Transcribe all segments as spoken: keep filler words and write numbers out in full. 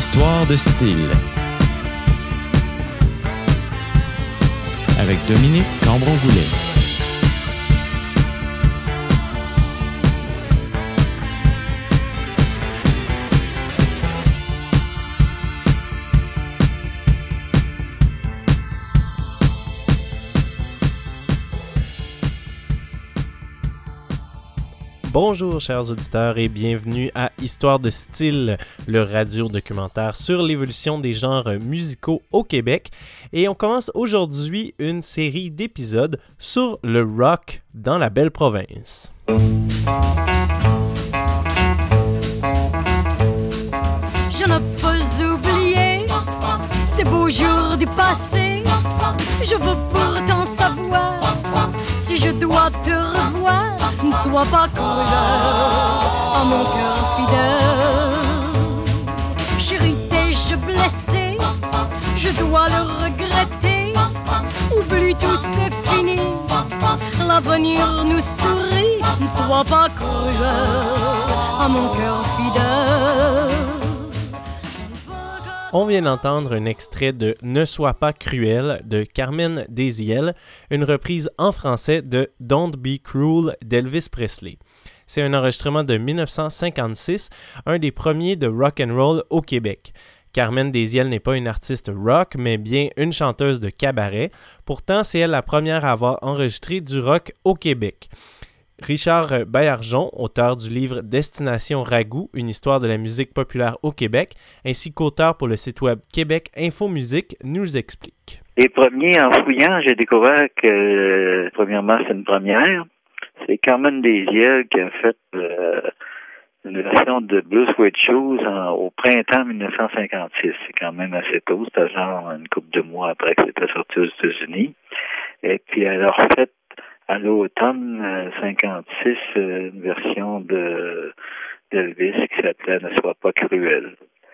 Histoire de style. Avec Dominique Cambron-Goulet. Bonjour chers auditeurs et bienvenue à Histoire de style, le radio-documentaire sur l'évolution des genres musicaux au Québec. Et on commence aujourd'hui une série d'épisodes sur le rock dans la belle province. Je n'ai pas oublié ces beaux jours du passé. Je veux pourtant savoir si je dois te revoir. Ne sois pas cruel à mon cœur fidèle. Chérie, t'ai-je blessé? Je dois le regretter. Oublie tout, c'est fini. L'avenir nous sourit. Ne sois pas cruel à mon cœur fidèle. On vient d'entendre un extrait de « Ne sois pas cruel » de Carmen Desziel, une reprise en français de « Don't be cruel » d'Elvis Presley. C'est un enregistrement de dix-neuf cent cinquante-six, un des premiers de rock and roll au Québec. Carmen Desziel n'est pas une artiste rock, mais bien une chanteuse de cabaret. Pourtant, c'est elle la première à avoir enregistré du rock au Québec. Richard Baillargeon, auteur du livre Destination Ragout, une histoire de la musique populaire au Québec, ainsi qu'auteur pour le site web Québec Info Musique, nous explique. Les premiers, en fouillant, j'ai découvert que, premièrement, c'est une première. C'est Carmen Desziel qui a fait euh, une version de Blue Suede Shoes en, au printemps dix-neuf cent cinquante-six. C'est quand même assez tôt, c'était genre une couple de mois après que c'était sorti aux États-Unis. Et puis, elle a refait à l'automne euh, cinquante-six, euh, une version de d'Elvis qui s'appelait « Ne sois pas cruel ».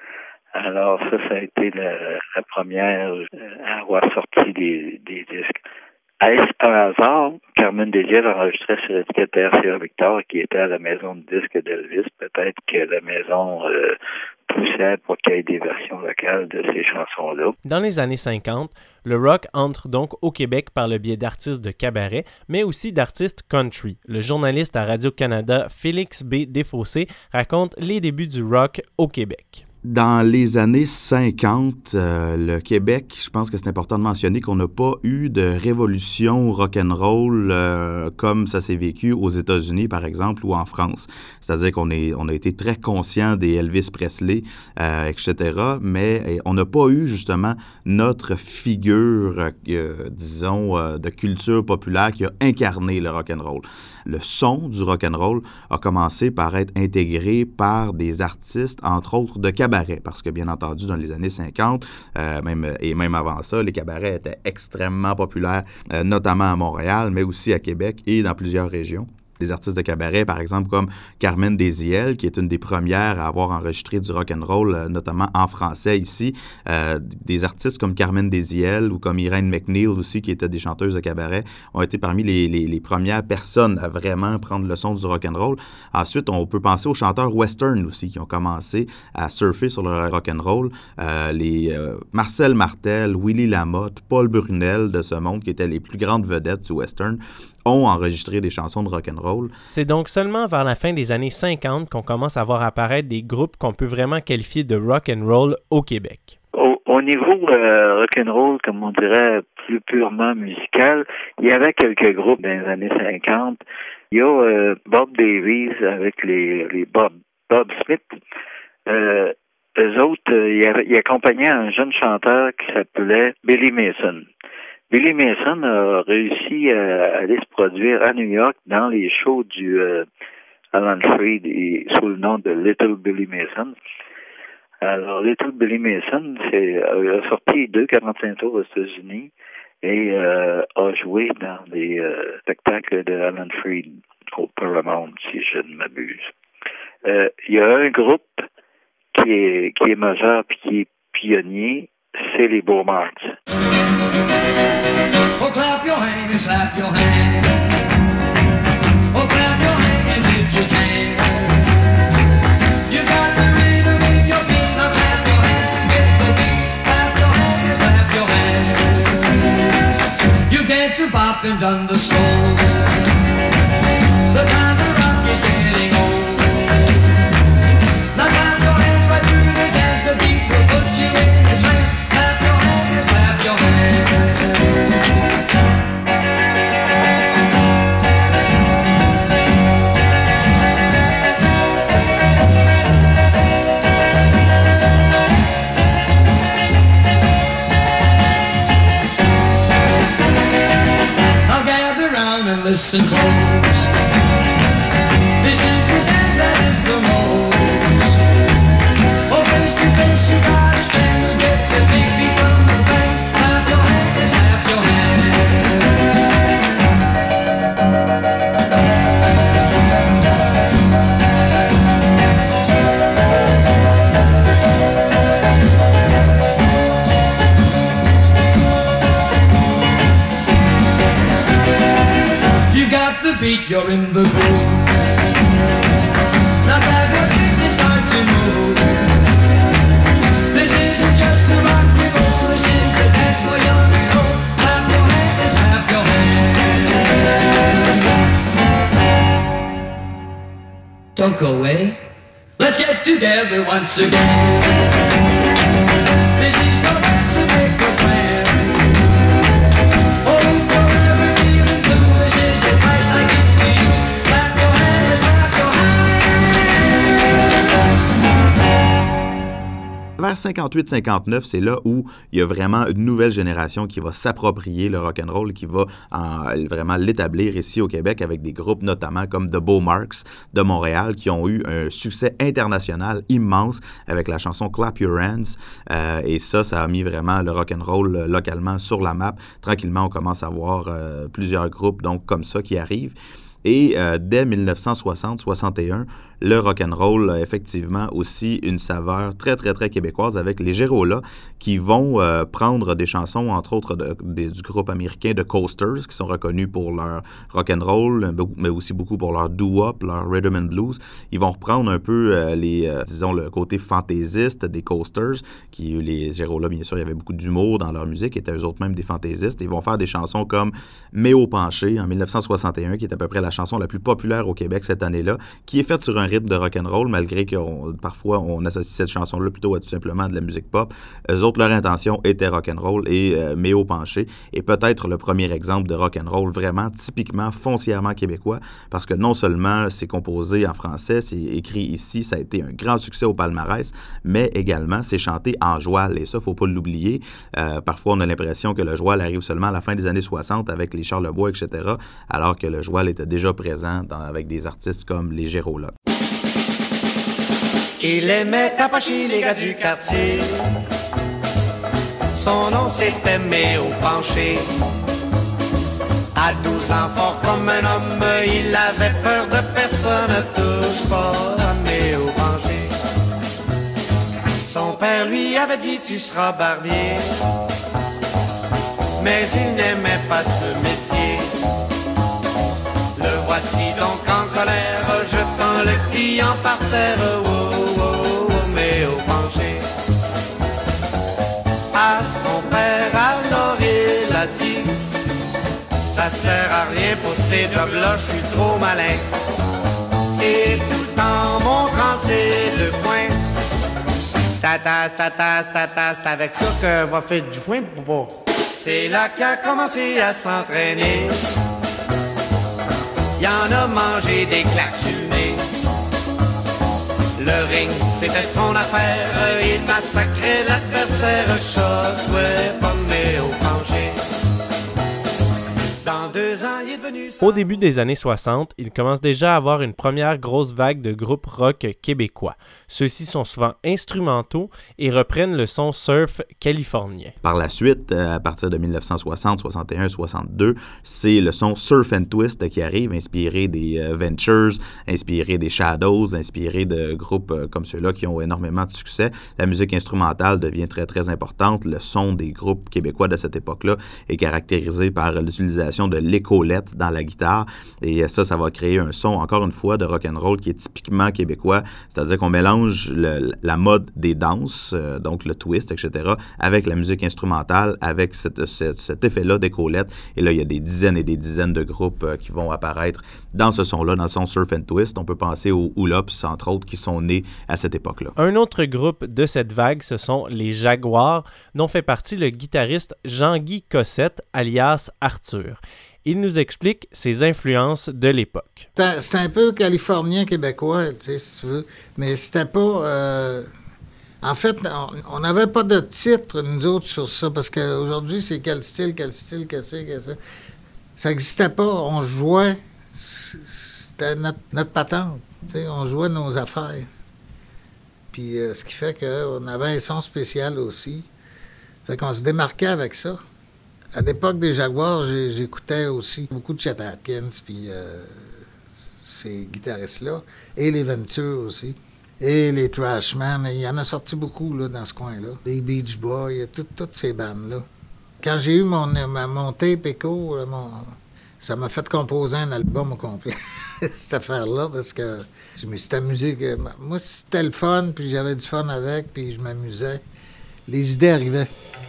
Alors ça, ça a été la, la première euh, à avoir sorti des, des disques. Est-ce un hasard? Carmen Desziel enregistrait sur l'étiquette de R C A Victor qui était à la maison de disques d'Elvis. Peut-être que la maison euh, poussait pour qu'il y ait des versions locales de ces chansons-là. Dans les années cinquante, le rock entre donc au Québec par le biais d'artistes de cabaret, mais aussi d'artistes country. Le journaliste à Radio-Canada Félix B. Desfossés raconte les débuts du rock au Québec. Dans les années cinquante, euh, le Québec, je pense que c'est important de mentionner qu'on n'a pas eu de révolution rock'n'roll euh, comme ça s'est vécu aux États-Unis, par exemple, ou en France. C'est-à-dire qu'on est, on a été très conscient des Elvis Presley, euh, et cetera, mais on n'a pas eu justement notre figure, euh, disons, euh, de culture populaire qui a incarné le rock'n'roll. Le son du rock'n'roll a commencé par être intégré par des artistes, entre autres de cabaret, parce que bien entendu, dans les années cinquante, euh, même, et même avant ça, les cabarets étaient extrêmement populaires, euh, notamment à Montréal, mais aussi à Québec et dans plusieurs régions. Des artistes de cabaret, par exemple, comme Carmen Desziel, qui est une des premières à avoir enregistré du rock'n'roll, euh, notamment en français ici. Euh, des artistes comme Carmen Desziel ou comme Irene McNeil aussi, qui étaient des chanteuses de cabaret, ont été parmi les, les, les premières personnes à vraiment prendre le son du rock'n'roll. Ensuite, on peut penser aux chanteurs western aussi, qui ont commencé à surfer sur le rock'n'roll. Euh, les euh, Marcel Martel, Willie Lamotte, Paul Brunel de ce monde, qui étaient les plus grandes vedettes du western, ont enregistré des chansons de rock'n'roll. C'est donc seulement vers la fin des années cinquante qu'on commence à voir apparaître des groupes qu'on peut vraiment qualifier de rock'n'roll au Québec. Au, au niveau euh, rock'n'roll, comme on dirait, plus purement musical, il y avait quelques groupes dans les années cinquante. Il y a euh, Bob Davies avec les, les Bob, Bob Smith. Euh, eux autres, euh, ils, avaient, ils accompagnaient un jeune chanteur qui s'appelait Billy Mason. Billy Mason a réussi à aller se produire à New York dans les shows du euh, Alan Freed et, sous le nom de Little Billy Mason. Alors, Little Billy Mason c'est, a sorti deux quarante-cinq tours aux États-Unis et euh, a joué dans des euh, spectacles de Alan Freed au Paramount, si je ne m'abuse. Euh, il y a un groupe qui est, qui est majeur puis qui est pionnier, c'est les Beaumarts. Oh, clap your hands, clap your hands. Oh, clap your hands if you can. You got the rhythm in your feet, now clap your hands. hopping down the slope. The time to rock is getting old. Now clap your hands right through the dance. The beat will put you in a trance. Clap your hands, clap your hands. Listen close. This is the dance that is the most. Oh, face to face, you gotta stand and get the big beat from the band. Clap your hands, clap your beat, you're in the groove. Now grab your kick and start to move. This isn't just a rock and roll. This is the dance for young and old. Clap your hands, clap your hands. Don't go away. Let's get together once again. This is the way to make a plan. Oh, forever feeling blue. This is the price I give to you. Clap your hands, clap your hands. Vers cinquante-huit cinquante-neuf, c'est là où il y a vraiment une nouvelle génération qui va s'approprier le rock'n'roll, qui va en, vraiment l'établir ici au Québec avec des groupes notamment comme The Beaumarks de Montréal qui ont eu un succès international immense avec la chanson Clap Your Hands. Euh, et ça, ça a mis vraiment le rock'n'roll euh, localement sur la map. Tranquillement, on commence à voir euh, plusieurs groupes donc comme ça qui arrivent. Et euh, dès dix-neuf cent soixante soixante et un, le rock'n'roll a effectivement aussi une saveur très, très, très québécoise avec les Gérolas qui vont euh, prendre des chansons, entre autres de, de, du groupe américain The Coasters, qui sont reconnus pour leur rock'n'roll, mais aussi beaucoup pour leur doo-wop, leur rhythm and blues. Ils vont reprendre un peu euh, les, euh, disons, le côté fantaisiste des Coasters, qui, les Gérolas, bien sûr, il y avait beaucoup d'humour dans leur musique, étaient eux autres même des fantaisistes. Ils vont faire des chansons comme Méo penché en dix-neuf cent soixante et un, qui est à peu près la chanson la plus populaire au Québec cette année-là, qui est faite sur un rythme de rock'n'roll, malgré que parfois on associe cette chanson-là plutôt à tout simplement de la musique pop. Eux autres, leur intention était rock'n'roll et euh, Méo penché est peut-être le premier exemple de rock'n'roll vraiment typiquement foncièrement québécois, parce que non seulement c'est composé en français, c'est écrit ici, ça a été un grand succès au palmarès, mais également c'est chanté en joual, et ça, faut pas l'oublier. Euh, parfois, on a l'impression que le joual arrive seulement à la fin des années soixante avec les Charlebois, et cetera, alors que le joual était déjà présent dans, avec des artistes comme les Gérolas. Il aimait tapocher les gars du quartier. Son nom c'était Méo penché. À douze ans, fort comme un homme, il avait peur de personne. Ne touche pas à Méo penché. Son père lui avait dit tu seras barbier, mais il n'aimait pas ce métier. Le voici donc en colère, jetant le client par terre. Oh, oh, oh, Méo penché. À son père alors il a dit, ça sert à rien pour ces jobs-là, je suis trop malin. Et tout en montrant ses deux poings, tatas, tatas, tatas, c'est avec ça que va faire du foin pour pas. C'est là qu'il a commencé à s'entraîner. Il en a mangé des claques sur le nez. Le ring, c'était son affaire. Il massacrait l'adversaire. Choc, ouais, pas Méo penché. Dans deux ans, il est devenu... Au début des années soixante, il commence déjà à avoir une première grosse vague de groupes rock québécois. Ceux-ci sont souvent instrumentaux et reprennent le son surf californien. Par la suite, à partir de dix-neuf cent soixante, soixante et un, soixante-deux, c'est le son surf and twist qui arrive, inspiré des euh, Ventures, inspiré des Shadows, inspiré de groupes euh, comme ceux-là qui ont énormément de succès. La musique instrumentale devient très, très importante. Le son des groupes québécois de cette époque-là est caractérisé par l'utilisation de lick d'écolettes dans la guitare. Et ça, ça va créer un son, encore une fois, de rock'n'roll qui est typiquement québécois. C'est-à-dire qu'on mélange le, la mode des danses, euh, donc le twist, et cetera, avec la musique instrumentale, avec cette, cette, cet effet-là d'écolettes. Et là, il y a des dizaines et des dizaines de groupes euh, qui vont apparaître dans ce son-là, dans le son surf and twist. On peut penser aux Oolops, entre autres, qui sont nés à cette époque-là. Un autre groupe de cette vague, ce sont les Jaguars, dont fait partie le guitariste Jean-Guy Cossette, alias Arthur. Il nous explique ses influences de l'époque. C'était, c'était un peu californien-québécois, tu sais, si tu veux, mais c'était pas... Euh... En fait, on n'avait pas de titre, nous autres, sur ça, parce qu'aujourd'hui, c'est quel style, quel style, quel c'est, quel c'est. Ça n'existait pas, on jouait, c'était notre, notre patente, tu sais, on jouait nos affaires. Puis euh, ce qui fait qu'on avait un son spécial aussi. Fait qu'on se démarquait avec ça. À l'époque des Jaguars, j'ai, j'écoutais aussi beaucoup de Chet Atkins, puis euh, ces guitaristes-là, et les Ventures aussi. Et les Trashmen, il y en a sorti beaucoup là, dans ce coin-là. Les Beach Boys, tout, toutes ces bandes-là. Quand j'ai eu mon, mon, mon tape Echo, mon, ça m'a fait composer un album au complet, cette affaire-là, parce que je me suis amusé. Moi, c'était le fun, puis j'avais du fun avec, puis je m'amusais. Les idées arrivaient.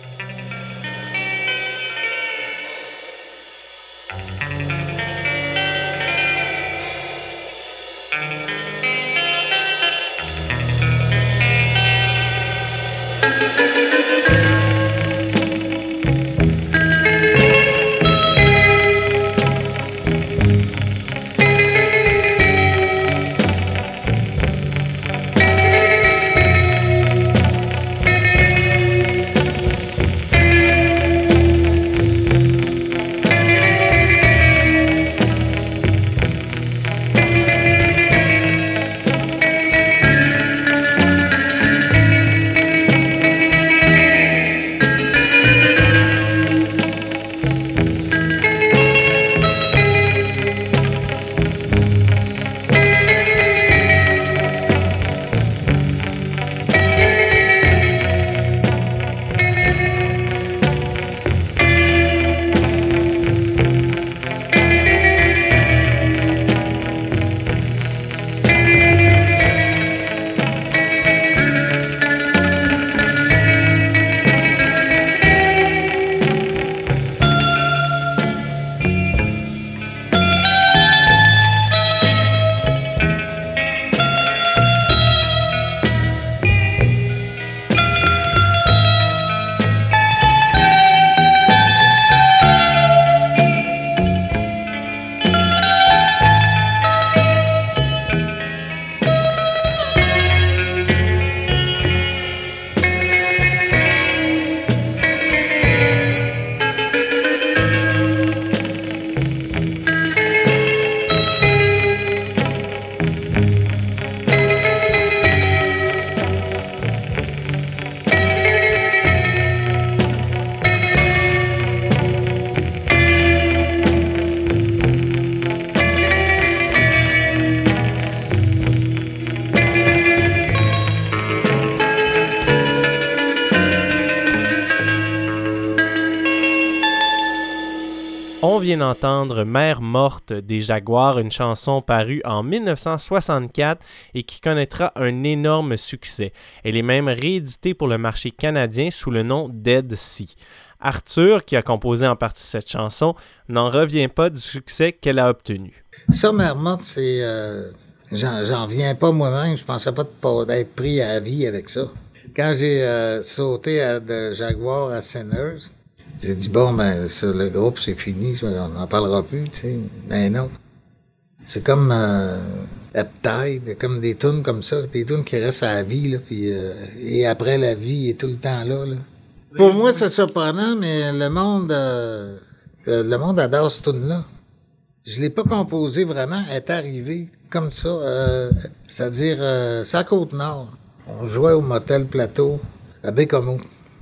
On vient d'entendre Mère morte des Jaguars, une chanson parue en dix-neuf cent soixante-quatre et qui connaîtra un énorme succès. Elle est même rééditée pour le marché canadien sous le nom Dead Sea. Arthur, qui a composé en partie cette chanson, n'en revient pas du succès qu'elle a obtenu. Ça, Mère morte, c'est... Euh, j'en, j'en viens pas moi-même. Je pensais pas, de, pas d'être pris à vie avec ça. Quand j'ai euh, sauté à, de Jaguar à Sinners, j'ai dit, bon, ben, ça, le groupe, c'est fini, on n'en parlera plus, tu sais. Ben non. C'est comme euh, Uptide, comme des tunes comme ça, des tunes qui restent à la vie, là, puis, euh, et après la vie, il est tout le temps là, là. Pour moi, c'est surprenant, mais le monde, euh, le monde adore cette tune-là. Je l'ai pas composée vraiment, elle est arrivée comme ça, euh, c'est-à-dire, euh, c'est à Côte-Nord. On jouait au Motel Plateau, à Bécomo.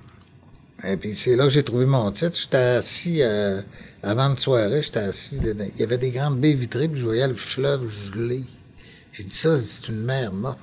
Et puis c'est là que j'ai trouvé mon titre. J'étais assis, euh, avant de soirée, j'étais assis, il y avait des grandes baies vitrées, puis je voyais le fleuve gelé. J'ai dit ça, c'est une mer morte.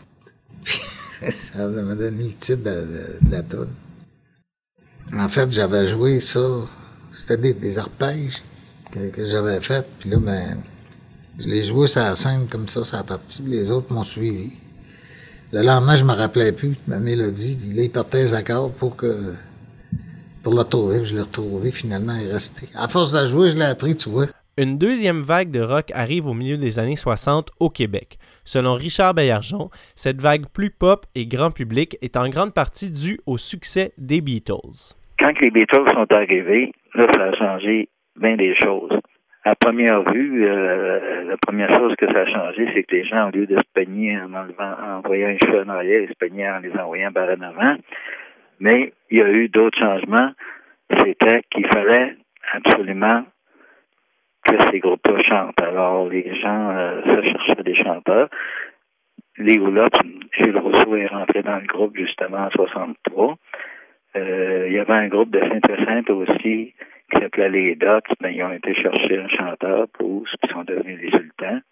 Ça m'a donné le titre de, de, de la toune. En fait, j'avais joué ça, c'était des, des arpèges. que, que j'avais faites. Puis là, ben, je les jouais sur la scène comme ça, ça a parti, puis les autres m'ont suivi. Le lendemain, je me rappelais plus de ma mélodie, puis là, ils partaient les accords pour que pour le trouver, puis je l'ai retrouvé, finalement, il est resté. À force de la jouer, je l'ai appris, tu vois. Une deuxième vague de rock arrive au milieu des années soixante au Québec. Selon Richard Baillargeon, cette vague plus pop et grand public est en grande partie due au succès des Beatles. Quand les Beatles sont arrivés, là, ça a changé bien des choses. À première vue, euh, la première chose que ça a changé, c'est que les gens, au lieu de se peigner en enlevant, en voyant un cheveu en arrière, ils se peignaient en les envoyant par en avant. Mais il y a eu d'autres changements. C'était qu'il fallait absolument que ces groupes-là chantent. Alors, les gens euh, se cherchaient des chanteurs. Les Houlops, Gilles Rousseau est rentré dans le groupe justement en soixante-trois. Euh, il y avait un groupe de Saint-Hyacinthe aussi qui s'appelait les Dots. Ben, ils ont été chercher un chanteur, Bruce, puis ils sont devenus les Sultans.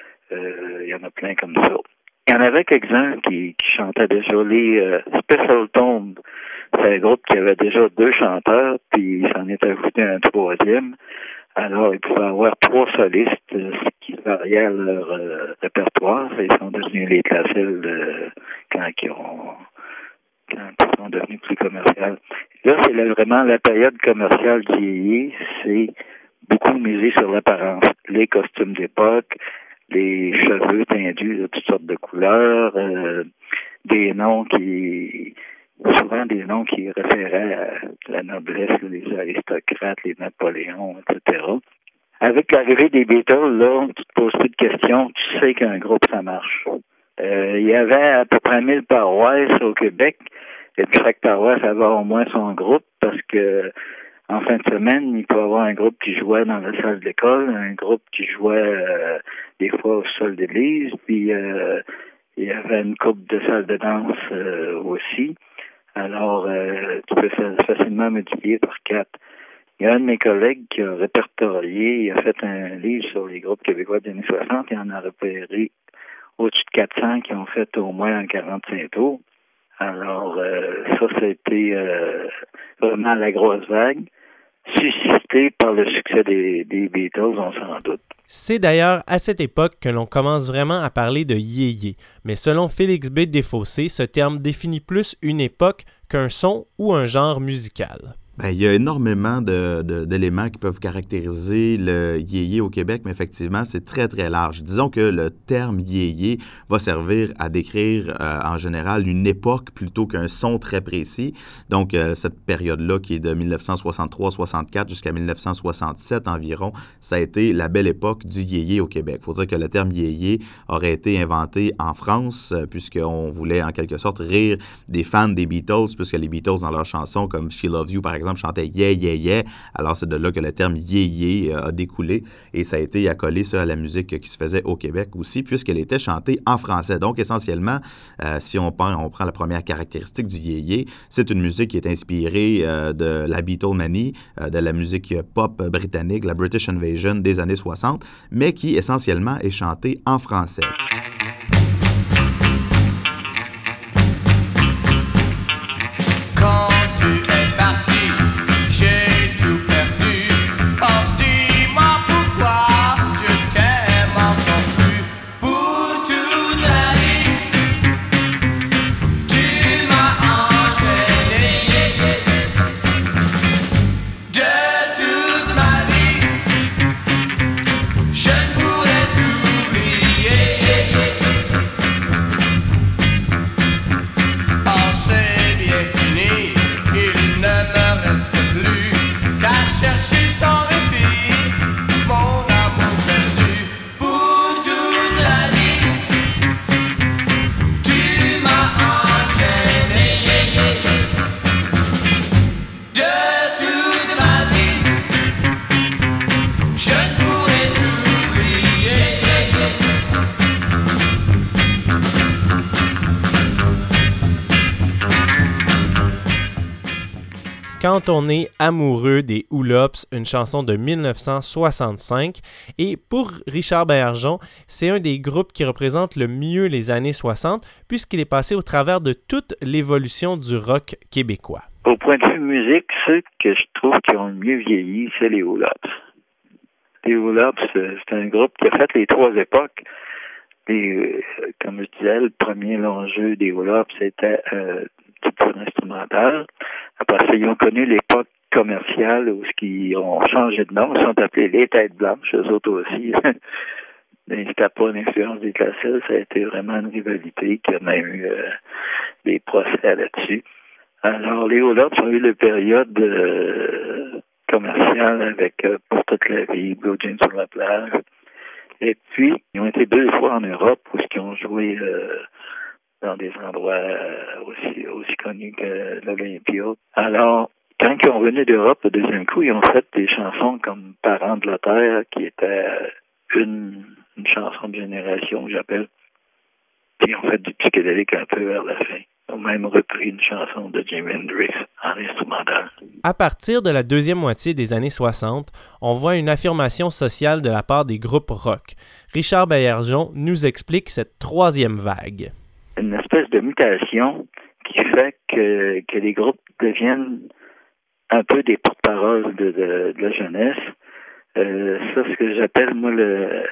Euh, il y en a plein comme ça. Il y en avait quelques-uns qui, qui chantaient déjà. Les euh, Special Tomb, c'est un groupe qui avait déjà deux chanteurs, puis il s'en est ajouté un troisième. Alors, ils pouvaient avoir trois solistes, euh, ce qui variait leur euh, répertoire. Ils sont devenus les Classels euh, quand ils ont quand ils sont devenus plus commerciaux. Là, c'est là, vraiment la période commerciale du yéyé. C'est beaucoup misé sur l'apparence. Les costumes d'époque, les cheveux tendus de toutes sortes de couleurs, euh, des noms qui... souvent des noms qui référaient à la noblesse, les aristocrates, les Napoléons, et cetera. Avec l'arrivée des Beatles, là, tu te poses plus de questions, tu sais qu'un groupe, ça marche. Euh, il y avait à peu près mille paroisses au Québec, et puis chaque paroisse avait au moins son groupe, parce que en fin de semaine, il peut y avoir un groupe qui jouait dans la salle d'école, un groupe qui jouait euh, des fois au sol d'église, puis euh, il y avait une couple de salles de danse euh, aussi. Alors, euh, tu peux facilement multiplier par quatre. Il y a un de mes collègues qui a répertorié, il a fait un livre sur les groupes québécois des années soixante, il en a repéré au-dessus de quatre cents qui ont fait au moins un quarante-cinq tours. Alors, euh, ça, c'était euh, vraiment la grosse vague, suscitée par le succès des, des Beatles, on s'en doute. C'est d'ailleurs à cette époque que l'on commence vraiment à parler de yéyé, mais selon Félix B. Desfossés, ce terme définit plus une époque qu'un son ou un genre musical. Bien, il y a énormément de, de, d'éléments qui peuvent caractériser le yéyé au Québec, mais effectivement, c'est très, très large. Disons que le terme yéyé va servir à décrire euh, en général une époque plutôt qu'un son très précis. Donc, euh, cette période-là qui est de dix-neuf cent soixante-trois soixante-quatre jusqu'à dix-neuf cent soixante-sept environ, ça a été la belle époque du yéyé au Québec. Il faut dire que le terme yéyé aurait été inventé en France, euh, puisqu'on voulait en quelque sorte rire des fans des Beatles, puisque les Beatles, dans leurs chansons comme She Loves You, par exemple, chantait yeah, yeah, yeah. Alors, c'est de là que le terme yéyé a découlé et ça a été accolé ça à la musique qui se faisait au Québec aussi, puisqu'elle était chantée en français. Donc, essentiellement, euh, si on prend, on prend la première caractéristique du yéyé, c'est une musique qui est inspirée euh, de la Beatlemanie, euh, de la musique pop britannique, la British Invasion des années soixante, mais qui essentiellement est chantée en français. Quand on est amoureux des Houlops, une chanson de dix-neuf cent soixante-cinq. Et pour Richard Baillargeon, c'est un des groupes qui représente le mieux les années soixante, puisqu'il est passé au travers de toute l'évolution du rock québécois. Au point de vue musique, ceux que je trouve qui ont le mieux vieilli, c'est les Houlops. Les Hula Hoops, c'est un groupe qui a fait les trois époques. Et, comme je disais, le premier long jeu des Hula Hoops, c'était euh, titre instrumental. Après ça, ils ont connu l'époque commerciale où ils ont changé de nom. Ils sont appelés les Têtes Blanches, eux autres aussi. Mais c'était pas une influence des Classels, ça a été vraiment une rivalité qui a même eu euh, des procès là-dessus. Alors, les Hula Hoops ont eu la période euh, commerciale avec euh, Pour toute la vie, Blue Jeans sur la plage. Et puis, ils ont été deux fois en Europe où ils ont joué euh, dans des endroits euh, aussi, aussi connus que l'Olympia. Alors, quand ils sont revenus d'Europe, le deuxième coup, ils ont fait des chansons comme Parents de la Terre, qui était une, une chanson de génération, j'appelle. Puis ils ont fait du psychédélique un peu vers la fin. Ils ont même repris une chanson de Jimi Hendrix en instrumental. À partir de la deuxième moitié des années soixante, on voit une affirmation sociale de la part des groupes rock. Richard Baillargeon nous explique cette troisième vague. Une espèce de mutation qui fait que, que les groupes deviennent un peu des porte-paroles de, de, de la jeunesse. Euh, ça, c'est ce que j'appelle, moi, le,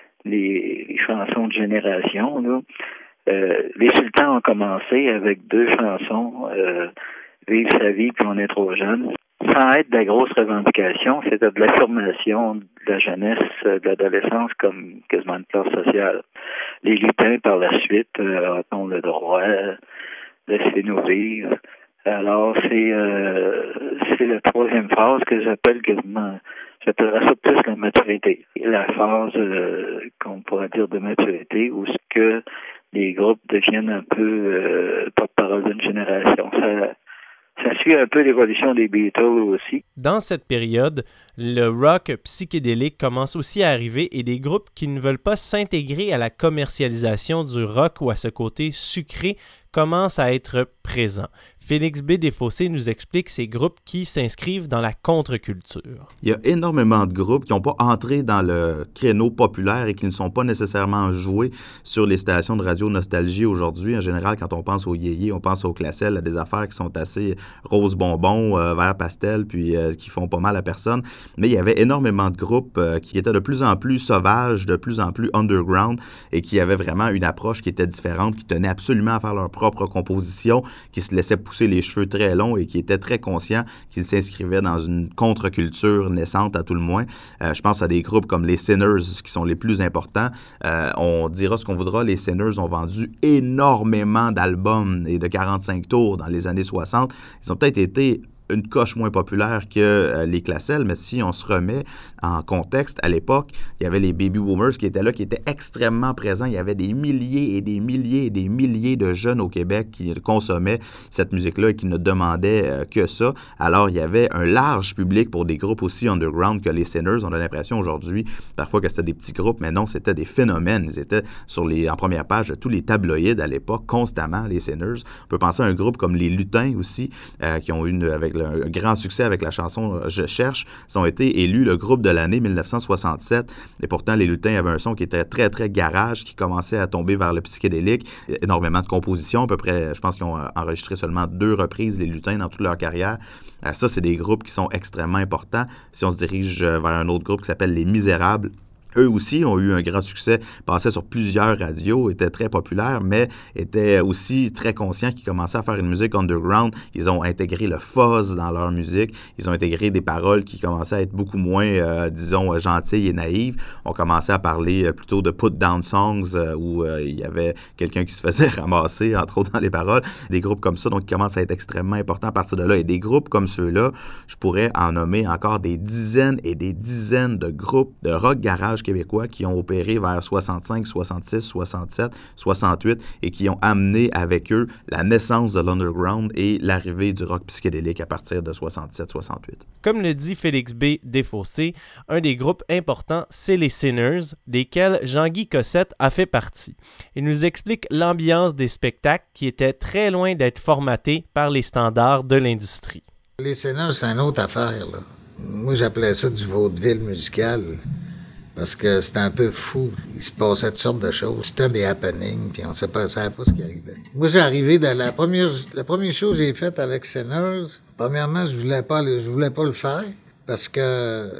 les, les chansons de génération, là. Euh, les Sultans ont commencé avec deux chansons, euh, Vive sa vie puis On est trop jeune, sans être de la grosse revendication, c'était de l'affirmation de la jeunesse, de l'adolescence comme quasiment une classe sociale. Les Lutins, par la suite, euh, ont le droit, laissez-nous vivre. Alors, c'est euh, c'est la troisième phase que j'appelle quasiment, j'appellerais ça plus la maturité. La phase euh, qu'on pourrait dire de maturité, où ce que les groupes deviennent un peu euh, porte-parole d'une génération. Ça, ça suit un peu l'évolution des Beatles aussi. Dans cette période, le rock psychédélique commence aussi à arriver et des groupes qui ne veulent pas s'intégrer à la commercialisation du rock ou à ce côté sucré commencent à être présents. Félix B. Desfossés nous explique ces groupes qui s'inscrivent dans la contre-culture. Il y a énormément de groupes qui n'ont pas entré dans le créneau populaire et qui ne sont pas nécessairement joués sur les stations de radio Nostalgie aujourd'hui. En général, quand on pense aux yéyés, on pense aux Classels, à des affaires qui sont assez rose bonbon, euh, vert pastel, puis euh, qui font pas mal à personne. Mais il y avait énormément de groupes euh, qui étaient de plus en plus sauvages, de plus en plus underground et qui avaient vraiment une approche qui était différente, qui tenaient absolument à faire leur propre composition, qui se laissaient pousser les cheveux très longs et qui étaient très conscients qu'ils s'inscrivaient dans une contre-culture naissante à tout le moins. Euh, je pense à des groupes comme les Sinners qui sont les plus importants. Euh, on dira ce qu'on voudra, les Sinners ont vendu énormément d'albums et de quarante-cinq tours dans les années soixante. Ils ont peut-être été une coche moins populaire que euh, les Classels, mais si on se remet en contexte, à l'époque, il y avait les Baby Boomers qui étaient là, qui étaient extrêmement présents. Il y avait des milliers et des milliers et des milliers de jeunes au Québec qui consommaient cette musique-là et qui ne demandaient euh, que ça. Alors, il y avait un large public pour des groupes aussi underground que les Sinners. On a l'impression aujourd'hui, parfois, que c'était des petits groupes, mais non, c'était des phénomènes. Ils étaient sur les, en première page de tous les tabloïds à l'époque, constamment, les Sinners. On peut penser à un groupe comme les Lutins aussi, euh, qui ont eu une, avec le, un grand succès avec la chanson « Je cherche ». Ils ont été élus le groupe de l'année dix-neuf cent soixante-sept. Et pourtant, les Lutins avaient un son qui était très, très garage, qui commençait à tomber vers le psychédélique. Énormément de compositions, à peu près, je pense qu'ils ont enregistré seulement deux reprises, les Lutins, dans toute leur carrière. Ça, c'est des groupes qui sont extrêmement importants. Si on se dirige vers un autre groupe qui s'appelle Les Misérables, eux aussi ont eu un grand succès, passaient sur plusieurs radios, étaient très populaires, mais étaient aussi très conscients qu'ils commençaient à faire une musique underground. Ils ont intégré le fuzz dans leur musique. Ils ont intégré des paroles qui commençaient à être beaucoup moins, euh, disons, gentilles et naïves. On commençait à parler plutôt de put-down songs euh, où euh, il y avait quelqu'un qui se faisait ramasser, entre autres, dans les paroles. Des groupes comme ça, donc, qui commencent à être extrêmement importants à partir de là. Et des groupes comme ceux-là, je pourrais en nommer encore des dizaines et des dizaines de groupes de rock garage québécois qui ont opéré vers soixante-cinq, soixante-six, soixante-sept, soixante-huit et qui ont amené avec eux la naissance de l'underground et l'arrivée du rock psychédélique à partir de soixante-sept soixante-huit. Comme le dit Félix B. Desfossés, un des groupes importants, c'est les Sinners, desquels Jean-Guy Cossette a fait partie. Il nous explique l'ambiance des spectacles qui était très loin d'être formatée par les standards de l'industrie. Les Sinners, c'est une autre affaire, là. Moi, j'appelais ça du vaudeville musical. Parce que c'était un peu fou. Il se passait toutes sortes de choses. C'était des happenings, puis on ne savait pas, savait pas ce qui arrivait. Moi, j'ai arrivé dans la première, la première chose que j'ai faite avec Sinners. Premièrement, je voulais pas le, je voulais pas le faire parce que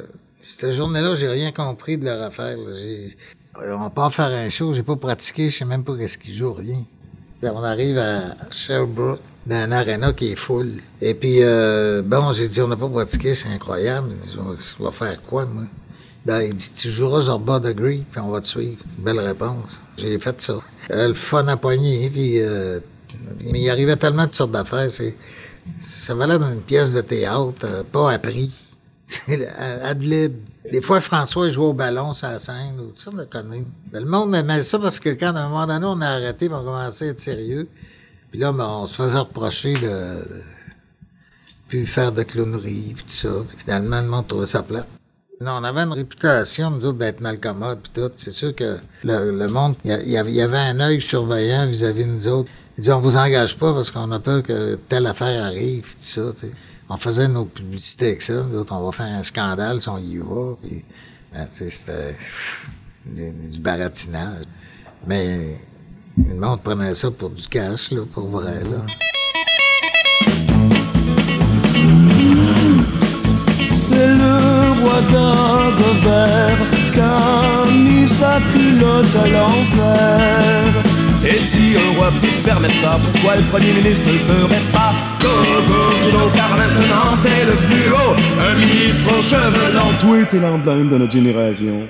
Cette journée-là, j'ai rien compris de leur affaire. Là. J'ai... On part faire un show, j'ai pas pratiqué, je sais même pas qu'est-ce qu'ils jouent, rien. Puis on arrive à Sherbrooke, dans un aréna qui est full. Et puis, euh, bon, j'ai dit, on n'a pas pratiqué, c'est incroyable. Il dit, on va faire quoi, moi? Ben, il dit, tu joueras Zorba Degree, puis on va te suivre. Belle réponse. J'ai fait ça. Euh, le fun à poigner, puis... Euh, mais il arrivait tellement de sortes d'affaires. C'est, ça valait d'une pièce de théâtre, euh, pas appris. Ad-lib. Des fois, François jouait au ballon sur la scène, ou tout ça, on a connu. Mais le monde aimait ça parce que quand, à un moment donné, on a arrêté, on a commencé à être sérieux. Puis là, ben, on se faisait reprocher de, de plus faire de clownerie, puis tout ça. Puis finalement, le monde trouvait ça plate. Non, on avait une réputation, nous autres, d'être malcommodes, puis tout. C'est sûr que le, le monde, il y, y avait un œil surveillant vis-à-vis de nous autres. Il dit, on vous engage pas parce qu'on a peur que telle affaire arrive, puis tout ça, tu sais. On faisait nos publicités avec ça. Nous autres, on va faire un scandale si on y va. Puis, ben, c'était du, du baratinage. Mais le monde prenait ça pour du cash, là, pour vrai. Là. C'est le roi d'Agobert qui a mis sa culotte à l'envers. Et si un roi peut se permettre ça, pourquoi le premier ministre ne le ferait pas? Go, go, go, car maintenant t'es le plus haut, un ministre aux cheveux longs. Toi t'es l'emblème de notre génération.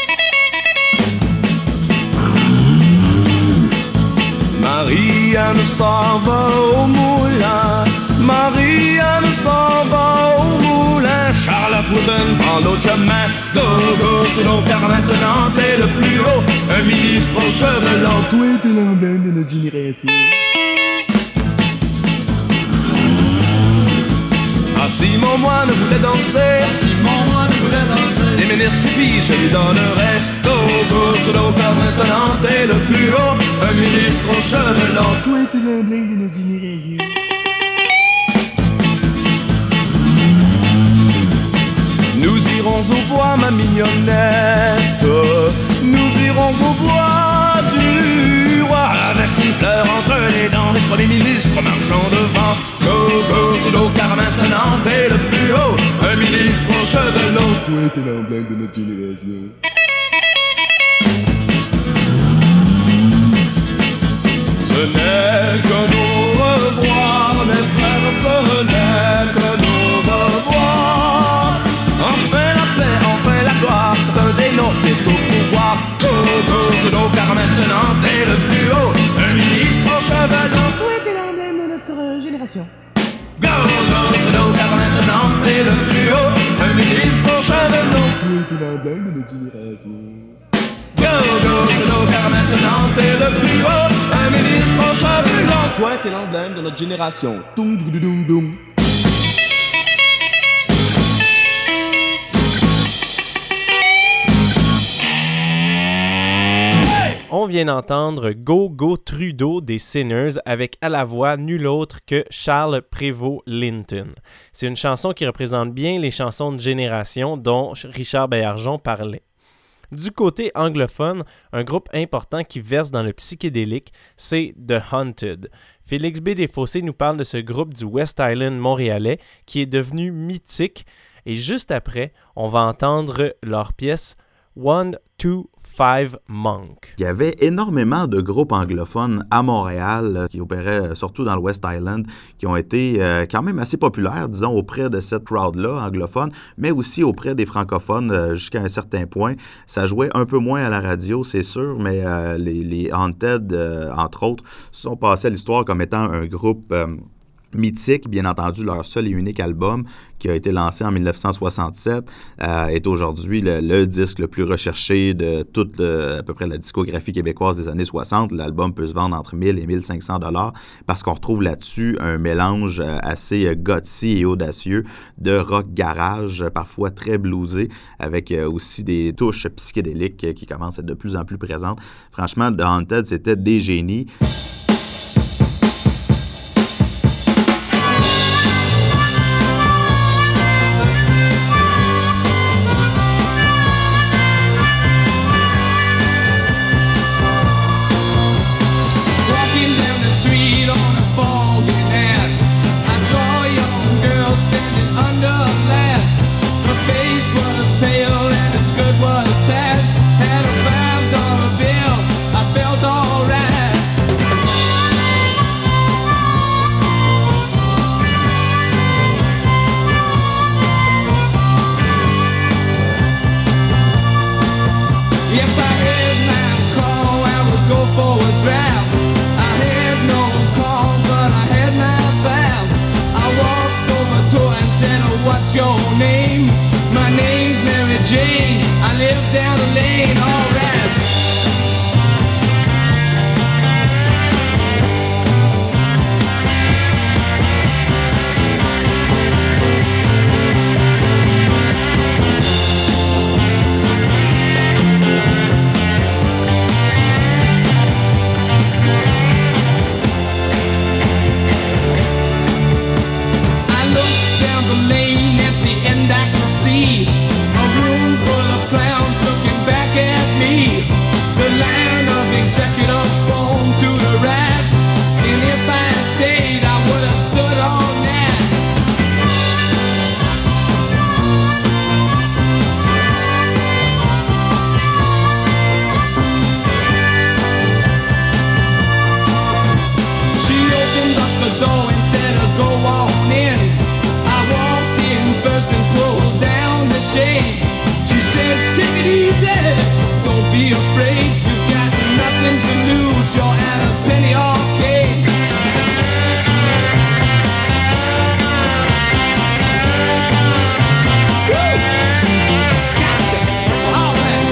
Marianne s'en va au moulin, Marianne s'en va au moulin. Charlotte Wooden prend l'autre chemin. Go, go, go, car maintenant t'es le plus haut, un ministre aux cheveux longs. Toi t'es l'emblème de notre génération. Ah, Simon Moine voulait danser, Simon Moine voulait danser. Les ministres hippies, je lui donnerais. Go, go, go, car maintenant t'es le plus haut, un ministre aux cheveux longs. Toi t'es l'emblème de notre génération. Nous irons au bois, ma mignonnette. Nous irons au bois du roi, avec une fleur entre les dents, les premiers ministres marchant devant. Go, go, go, car maintenant t'es le plus haut, un ministre aux cheveux longs. Toi t'es l'emblème de notre génération. Ce n'est que nos revoirs, mes frères, ce n'est que nos revoirs. Enfin la paix, enfin la gloire, c'est un des nôtres qui est au pouvoir. Go, go, go, car maintenant t'es le plus haut, un ministre aux cheveux longs. Toi t'es l'emblème de notre génération. Go, go, go, car maintenant t'es le plus haut, un ministre aux cheveux longs. Toi t'es l'emblème de notre génération. Go, go, go, car maintenant t'es le plus haut, un ministre aux cheveux longs. Toi t'es l'emblème de notre génération. Doum, doum, doum, doum. On vient d'entendre Go Go Trudeau des Sinners avec à la voix nul autre que Charles Prévost-Linton. C'est une chanson qui représente bien les chansons de génération dont Richard Baillargeon parlait. Du côté anglophone, un groupe important qui verse dans le psychédélique, c'est The Haunted. Félix B. Desfossés nous parle de ce groupe du West Island montréalais qui est devenu mythique. Et juste après, on va entendre leur pièce One, Two, Five Monk. Il y avait énormément de groupes anglophones à Montréal euh, qui opéraient euh, surtout dans le West Island, qui ont été euh, quand même assez populaires, disons, auprès de cette crowd-là anglophone, mais aussi auprès des francophones euh, jusqu'à un certain point. Ça jouait un peu moins à la radio, c'est sûr, mais euh, les, les Haunted, euh, entre autres, sont passés à l'histoire comme étant un groupe... Euh, mythique, bien entendu, leur seul et unique album qui a été lancé en dix-neuf cent soixante-sept euh, est aujourd'hui le, le disque le plus recherché de toute le, à peu près la discographie québécoise des années soixante. L'album peut se vendre entre mille et mille cinq cents dollars parce qu'on retrouve là-dessus un mélange assez gutsy et audacieux de rock garage, parfois très bluesé, avec aussi des touches psychédéliques qui commencent à être de plus en plus présentes. Franchement, The Haunted, c'était des génies. Pale live down the lane, alright. Executives phone to the right, and if I had stayed, I would have stood all night. She opened up the door and said, oh, go on in. I walked in first and pulled down the shade. She said, take it easy, don't be afraid. You got nothing to lose, you're at a penny arcade. Woo! Gotcha! All right.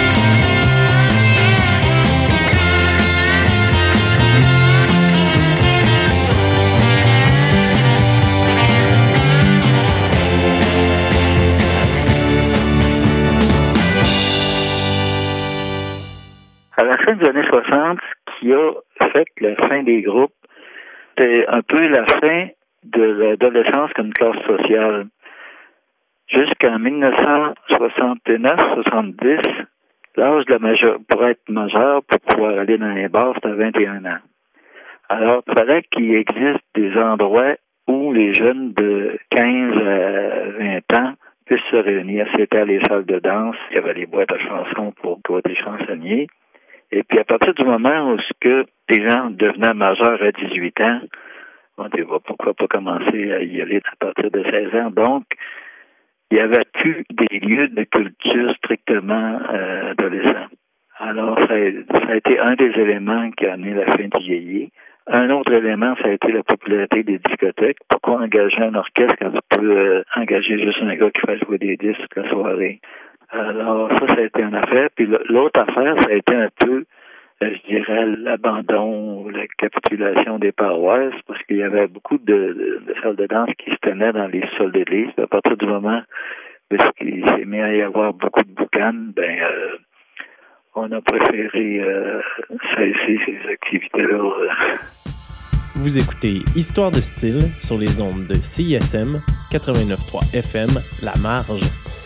À la fin des années soixante, ce qui a fait la fin des groupes, c'était un peu la fin de l'adolescence comme classe sociale. Jusqu'en dix-neuf cent soixante-neuf soixante-dix, l'âge de la major- pour être majeur, pour pouvoir aller dans les bars, c'était à vingt et un ans. Alors, il fallait qu'il existe des endroits où les jeunes de quinze à vingt ans puissent se réunir. C'était les salles de danse, il y avait les boîtes à chansons pour, pour des chansonniers. Et puis, à partir du moment où ce que les gens devenaient majeurs à dix-huit ans, on dit, bah, pourquoi pas commencer à y aller à partir de seize ans? Donc, il n'y avait plus des lieux de culture strictement euh, adolescents. Alors, ça a, ça a été un des éléments qui a amené la fin du vieillir. Un autre élément, ça a été la popularité des discothèques. Pourquoi engager un orchestre quand tu peux euh, engager juste un gars qui fait jouer des disques toute la soirée? Alors, ça, ça a été une affaire. Puis l'autre affaire, ça a été un peu, je dirais, l'abandon, la capitulation des paroisses, parce qu'il y avait beaucoup de, de, de salles de danse qui se tenaient dans les sols d'église. À partir du moment où il s'est mis à y avoir beaucoup de boucanes, ben, euh, on a préféré euh, cesser ces activités-là. Vous écoutez Histoire de style sur les ondes de C I S M quatre-vingt-neuf point trois F M, La Marge.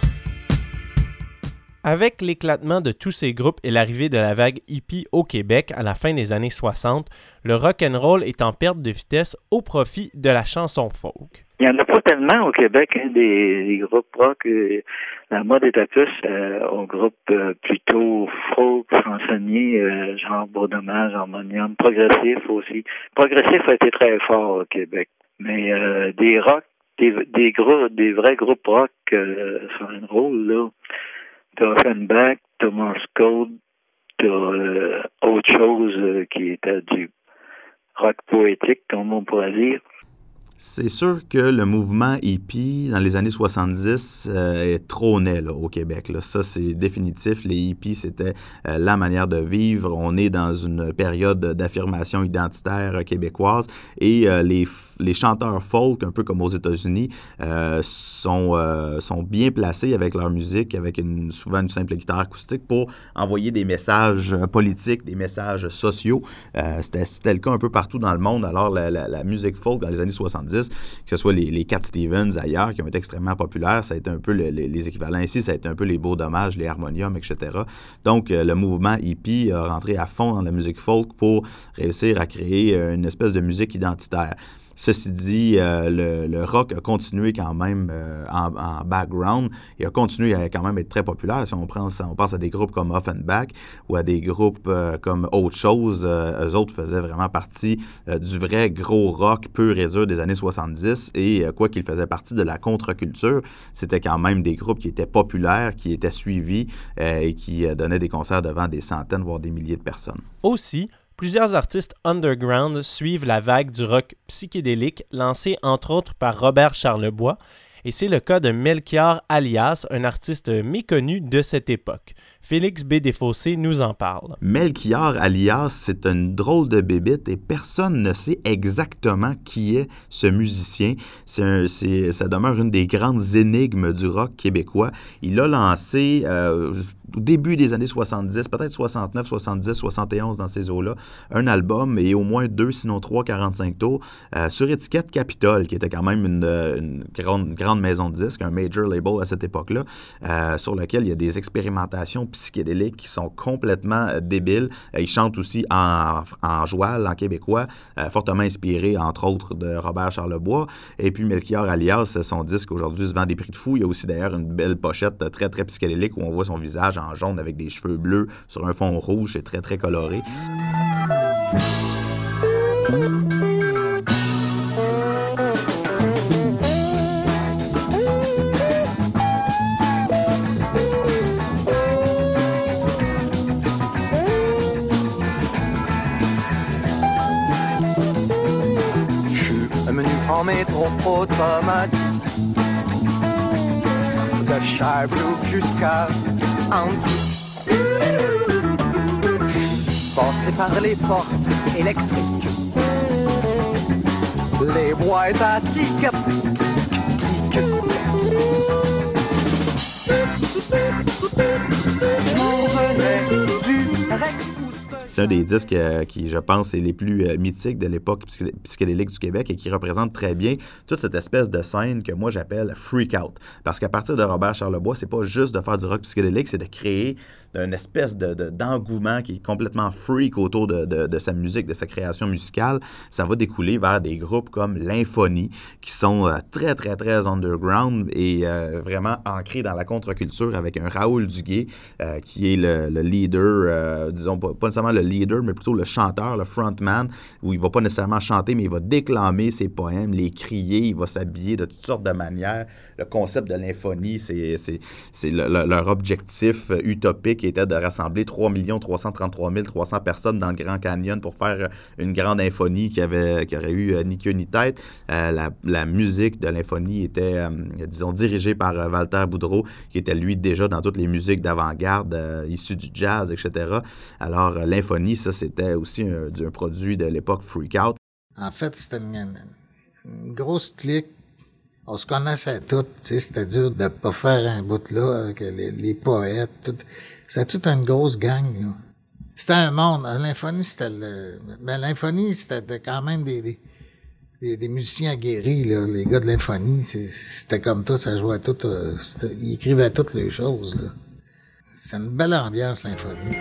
Avec l'éclatement de tous ces groupes et l'arrivée de la vague hippie au Québec à la fin des années soixante, le rock'n'roll est en perte de vitesse au profit de la chanson folk. Il n'y en a pas tellement au Québec, hein, des, des groupes rock. Euh, la mode est à plus euh, aux groupes euh, plutôt folk, chansonniers, euh, genre Bourdonnage, Harmonium, progressif aussi. Progressif a été très fort au Québec. Mais euh, des rock, des, des groupes, des vrais groupes rock euh, sur un rôle, là, t'as Offenbach, t'as Morse Code, t'as euh, autre chose euh, qui était du rock poétique, comme on pourrait dire. C'est sûr que le mouvement hippie, dans les années soixante-dix, euh, trônait là, au Québec. Là. Ça, c'est définitif. Les hippies, c'était euh, la manière de vivre. On est dans une période d'affirmation identitaire euh, québécoise et euh, les, les chanteurs folk, un peu comme aux États-Unis, euh, sont, euh, sont bien placés avec leur musique, avec une, souvent une simple guitare acoustique pour envoyer des messages politiques, des messages sociaux. Euh, c'était, c'était le cas un peu partout dans le monde. Alors, la, la, la musique folk dans les années soixante-dix, que ce soit les, les Cat Stevens ailleurs, qui ont été extrêmement populaires, ça a été un peu le, les, les équivalents ici, ça a été un peu les Beaux-Dommages, les Harmonium, et cetera. Donc, euh, le mouvement hippie a rentré à fond dans la musique folk pour réussir à créer euh, une espèce de musique identitaire. Ceci dit, euh, le, le rock a continué quand même euh, en, en background et a continué à quand même être très populaire. Si on, prend, si on pense à des groupes comme Offenbach ou à des groupes euh, comme Autre Chose, euh, eux autres faisaient vraiment partie euh, du vrai gros rock pur et dur des années soixante-dix et euh, quoi qu'ils faisaient partie de la contre-culture, c'était quand même des groupes qui étaient populaires, qui étaient suivis euh, et qui euh, donnaient des concerts devant des centaines, voire des milliers de personnes. Aussi, plusieurs artistes underground suivent la vague du rock psychédélique lancée entre autres par Robert Charlebois Et c'est le cas de Melchior Alias, un artiste méconnu de cette époque. Félix B. Desfossés nous en parle. Melchior Alias, c'est une drôle de bébite et personne ne sait exactement qui est ce musicien. C'est un, c'est, ça demeure une des grandes énigmes du rock québécois. Il a lancé euh, au début des années soixante-dix, peut-être soixante-neuf, soixante-dix, soixante et onze dans ces eaux-là, un album et au moins deux, sinon trois, quarante-cinq tours euh, sur étiquette Capitol, qui était quand même une, une, grande, grande maison de disques, un major label à cette époque-là, euh, sur lequel il y a des expérimentations psychédéliques qui sont complètement euh, débiles. Euh, il chante aussi en, en joual, en québécois, euh, fortement inspiré, entre autres, de Robert Charlebois. Et puis Melchior Alias, son disque aujourd'hui se vend des prix de fou. Il y a aussi d'ailleurs une belle pochette très, très psychédélique où on voit son visage en jaune avec des cheveux bleus sur un fond rouge. C'est très, très coloré. En métro automatique, de Sherbrooke jusqu'à Antique, passé par les portes électriques, les boîtes à tickets, je m'en venais du Rex. C'est un des disques euh, qui, je pense, est les plus euh, mythiques de l'époque psy- psychédélique du Québec et qui représente très bien toute cette espèce de scène que moi j'appelle freak out. Parce qu'à partir de Robert Charlebois, c'est pas juste de faire du rock psychédélique, c'est de créer une espèce de, de, d'engouement qui est complètement freak autour de, de, de sa musique, de sa création musicale. Ça va découler vers des groupes comme l'Infonie, qui sont euh, très, très, très underground et euh, vraiment ancrés dans la contre-culture avec un Raoul Duguay euh, qui est le, le leader, euh, disons pas, pas nécessairement le leader, mais plutôt le chanteur, le frontman, où il va pas nécessairement chanter, mais il va déclamer ses poèmes, les crier, il va s'habiller de toutes sortes de manières. Le concept de l'Infonie, c'est, c'est, c'est le, le, leur objectif utopique était de rassembler trois millions trois cent trente-trois mille trois cents personnes dans le Grand Canyon pour faire une grande infonie qui, avait, qui aurait eu ni queue ni tête. Euh, la, la musique de l'Infonie était, euh, disons, dirigée par euh, Walter Boudreau, qui était, lui, déjà dans toutes les musiques d'avant-garde, euh, issues du jazz, et cetera. Alors, euh, l'Infonie, ça, c'était aussi un, un produit de l'époque Freak Out. En fait, c'était une, une grosse clique. On se connaissait tous, tu sais, c'était dur de pas faire un bout là avec les, les poètes, tout. C'était toute une grosse gang, là. C'était un monde. L'Infonie, c'était le... Ben, l'Infonie, c'était quand même des, des, des, des musiciens aguerris, là. Les gars de l'Infonie, c'est, c'était comme ça, ça jouait tout, euh, ils écrivaient toutes les choses, là. C'est une belle ambiance, l'Infonie.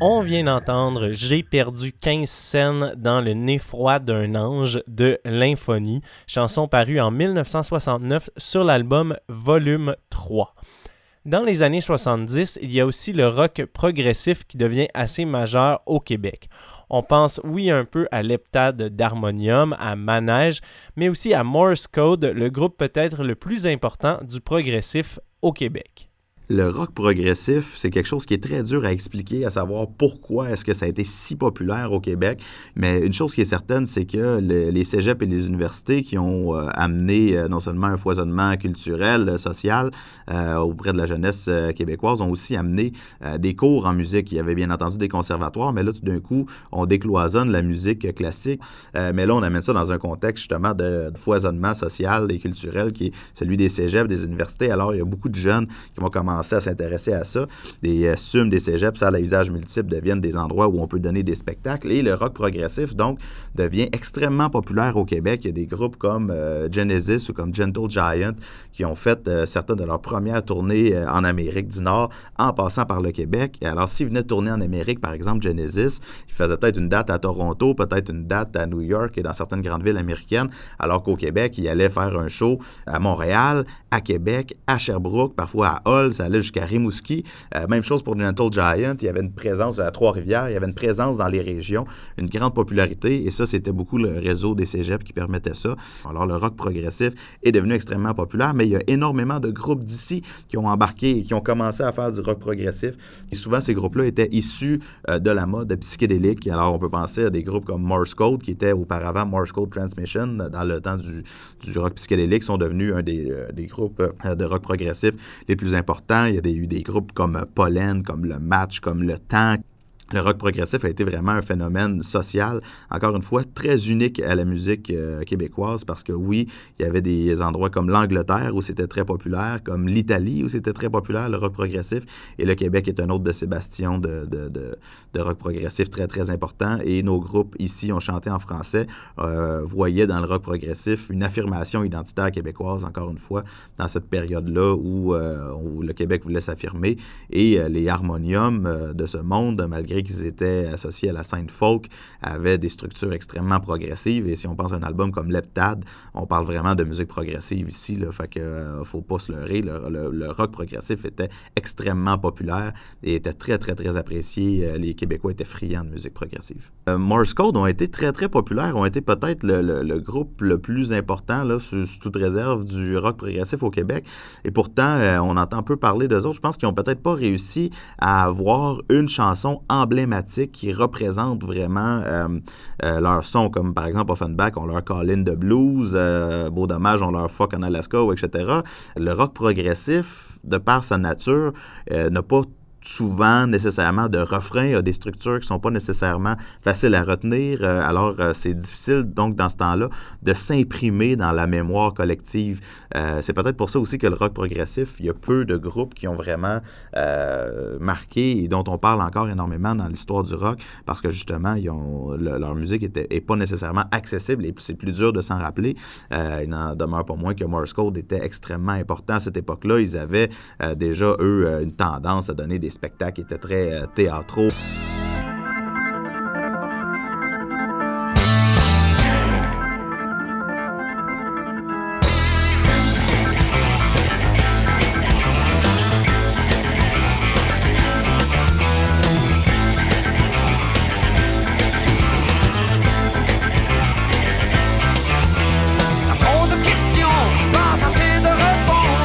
On vient d'entendre « J'ai perdu quinze scènes dans le nez froid d'un ange » de Lymphonie, chanson parue en dix-neuf cent soixante-neuf sur l'album Volume trois. Dans les années soixante-dix, il y a aussi le rock progressif qui devient assez majeur au Québec. On pense, oui, un peu à l'heptade d'Harmonium, à Manège, mais aussi à Morse Code, le groupe peut-être le plus important du progressif au Québec. Le rock progressif, c'est quelque chose qui est très dur à expliquer, à savoir pourquoi est-ce que ça a été si populaire au Québec. Mais une chose qui est certaine, c'est que le, les cégeps et les universités qui ont euh, amené euh, non seulement un foisonnement culturel, euh, social euh, auprès de la jeunesse euh, québécoise, ont aussi amené euh, des cours en musique. Il y avait bien entendu des conservatoires, mais là, tout d'un coup, on décloisonne la musique classique. Euh, mais là, on amène ça dans un contexte justement de, de foisonnement social et culturel qui est celui des cégeps, des universités. Alors, il y a beaucoup de jeunes qui vont commencer à s'intéresser à ça. Des euh, S U M, des cégeps, salles à usage multiple deviennent des endroits où on peut donner des spectacles. Et le rock progressif, donc, devient extrêmement populaire au Québec. Il y a des groupes comme euh, Genesis ou comme Gentle Giant qui ont fait euh, certaines de leurs premières tournées euh, en Amérique du Nord en passant par le Québec. Et alors, s'ils venaient tourner en Amérique, par exemple, Genesis, ils faisaient peut-être une date à Toronto, peut-être une date à New York et dans certaines grandes villes américaines, alors qu'au Québec, ils allaient faire un show à Montréal, à Québec, à Sherbrooke, parfois à Hull, ça allait jusqu'à Rimouski. Euh, même chose pour Gentle Giant, il y avait une présence à Trois-Rivières, il y avait une présence dans les régions, une grande popularité, et ça, c'était beaucoup le réseau des cégeps qui permettait ça. Alors, le rock progressif est devenu extrêmement populaire, mais il y a énormément de groupes d'ici qui ont embarqué et qui ont commencé à faire du rock progressif. Et souvent, ces groupes-là étaient issus euh, de la mode psychédélique. Alors, on peut penser à des groupes comme Morse Code, qui était auparavant Morse Code Transmission, dans le temps du, du rock psychédélique, sont devenus un des, euh, des groupes euh, de rock progressif les plus importants. Il y a des, eu des groupes comme Pollen, comme Le Match, comme Le Temps. Le rock progressif a été vraiment un phénomène social, encore une fois, très unique à la musique euh, québécoise parce que oui, il y avait des endroits comme l'Angleterre où c'était très populaire, comme l'Italie où c'était très populaire, le rock progressif, et le Québec est un autre de ces bastions de, de, de, de rock progressif très, très important, et nos groupes ici ont chanté en français, euh, voyaient dans le rock progressif une affirmation identitaire québécoise, encore une fois, dans cette période-là où, euh, où le Québec voulait s'affirmer, et euh, les harmoniums euh, de ce monde, malgré qu'ils étaient associés à la scène folk, avaient des structures extrêmement progressives. Et si on pense à un album comme L'Heptade, on parle vraiment de musique progressive ici. Là, fait que euh, faut pas se leurrer. Le, le, le rock progressif était extrêmement populaire et était très, très, très apprécié. Euh, les Québécois étaient friands de musique progressive. Euh, Morse Code ont été très, très populaires, ont été peut-être le, le, le groupe le plus important, là, sous, sous toute réserve, du rock progressif au Québec. Et pourtant, euh, on entend peu parler d'eux autres. Je pense qu'ils n'ont peut-être pas réussi à avoir une chanson emblématique qui représentent vraiment euh, euh, leur son, comme par exemple Offenbach ont leur Call in de blues, euh, Beau Dommage ont leur Fuck en Alaska, et cetera. Le rock progressif, de par sa nature, euh, n'a pas souvent nécessairement de refrains, a des structures qui ne sont pas nécessairement faciles à retenir. Euh, alors, euh, c'est difficile, donc, dans ce temps-là, de s'imprimer dans la mémoire collective. Euh, c'est peut-être pour ça aussi que le rock progressif, il y a peu de groupes qui ont vraiment euh, marqué et dont on parle encore énormément dans l'histoire du rock parce que, justement, ils ont, le, leur musique n'est pas nécessairement accessible et c'est plus dur de s'en rappeler. Euh, il n'en demeure pas moins que Morse Code était extrêmement important à cette époque-là. Ils avaient euh, déjà, eux, une tendance à donner des spectacles qui étaient très euh, théâtraux.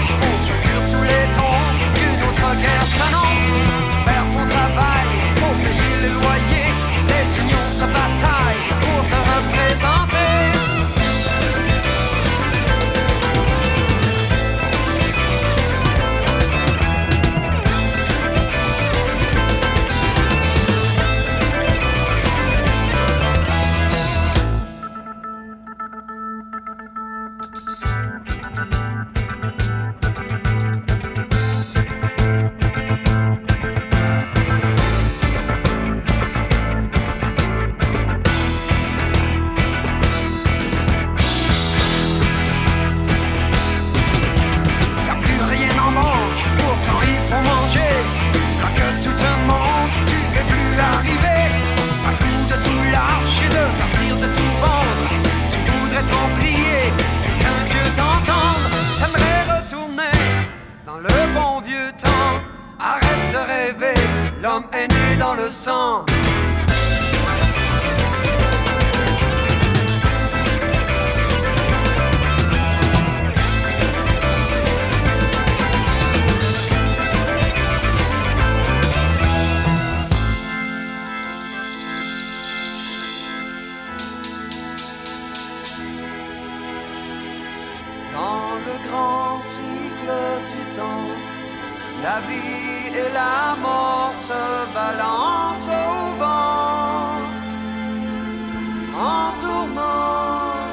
Tous les tons, une autre guerre s'annonce. Tu perds ton travail, faut payer l'homme est né dans le sang. Grand cycle du temps, la vie et la mort se balancent au vent en tournant.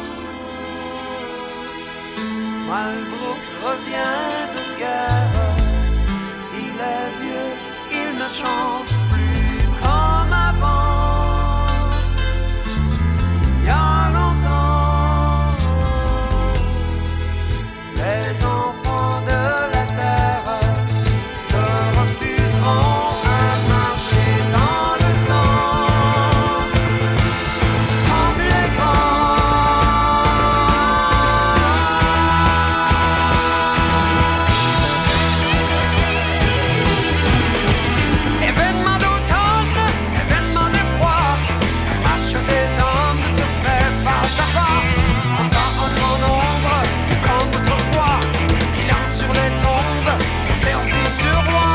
Malbrook revient de guerre, il est vieux, il ne chante plus comme avant. Il y a longtemps les enfants de la terre se refuseront à marcher dans le sang comme les grands. Événement d'automne, événement de froid, la marche des hommes se fait pas à pas. On se bat en grand nombre, tout comme autrefois. Il entre sur les tombes au service du roi.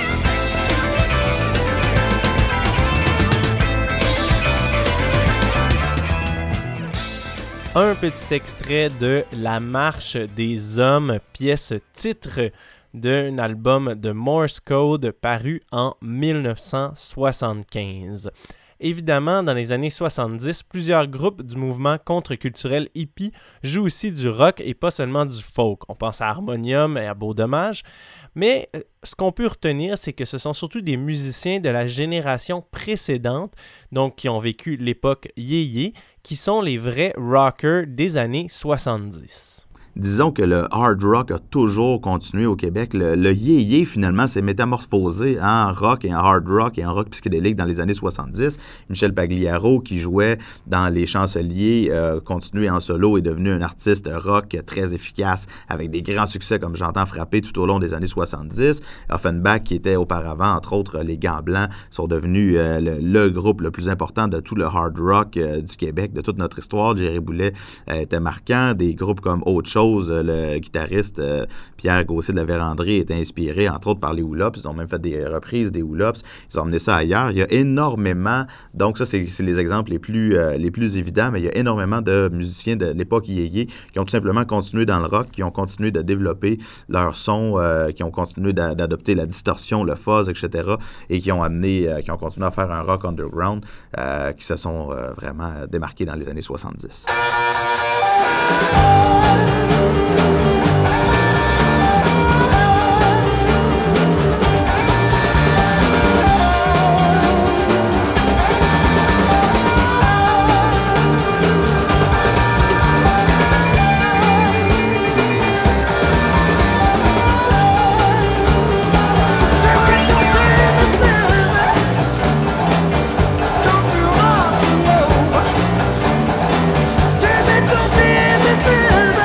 Un petit extrait de La Marche des Hommes, pièce titre d'un album de Morse Code paru en dix-neuf cent soixante-quinze. Évidemment, dans les années soixante-dix, plusieurs groupes du mouvement contre-culturel hippie jouent aussi du rock et pas seulement du folk. On pense à Harmonium et à Beau Dommage. Mais ce qu'on peut retenir, c'est que ce sont surtout des musiciens de la génération précédente, donc qui ont vécu l'époque yéyé, qui sont les vrais rockers des années soixante-dix. Disons que le hard rock a toujours continué au Québec. Le, le yé-yé, finalement, s'est métamorphosé en rock et en hard rock et en rock psychédélique dans les années soixante-dix. Michel Pagliaro, qui jouait dans Les Chanceliers, euh, continué en solo, est devenu un artiste rock très efficace avec des grands succès comme J'entends frapper tout au long des années soixante-dix. Offenbach, qui était auparavant, entre autres, les Gants Blancs, sont devenus euh, le, le groupe le plus important de tout le hard rock euh, du Québec, de toute notre histoire. Jerry Boulet euh, était marquant. Des groupes comme Autre Chose, le guitariste euh, Pierre Gauthier de la Vérandrie était inspiré, entre autres, par les Hula-Hoops. Ils ont même fait des reprises des Hula-Hoops. Ils ont emmené ça ailleurs. Il y a énormément... Donc, ça, c'est, c'est les exemples les plus, euh, les plus évidents, mais il y a énormément de musiciens de l'époque yéyé qui ont tout simplement continué dans le rock, qui ont continué de développer leur son, euh, qui ont continué d'a- d'adopter la distorsion, le fuzz, et cetera, et qui ont amené, euh, qui ont continué à faire un rock underground, euh, qui se sont euh, vraiment démarqués dans les années soixante-dix. This is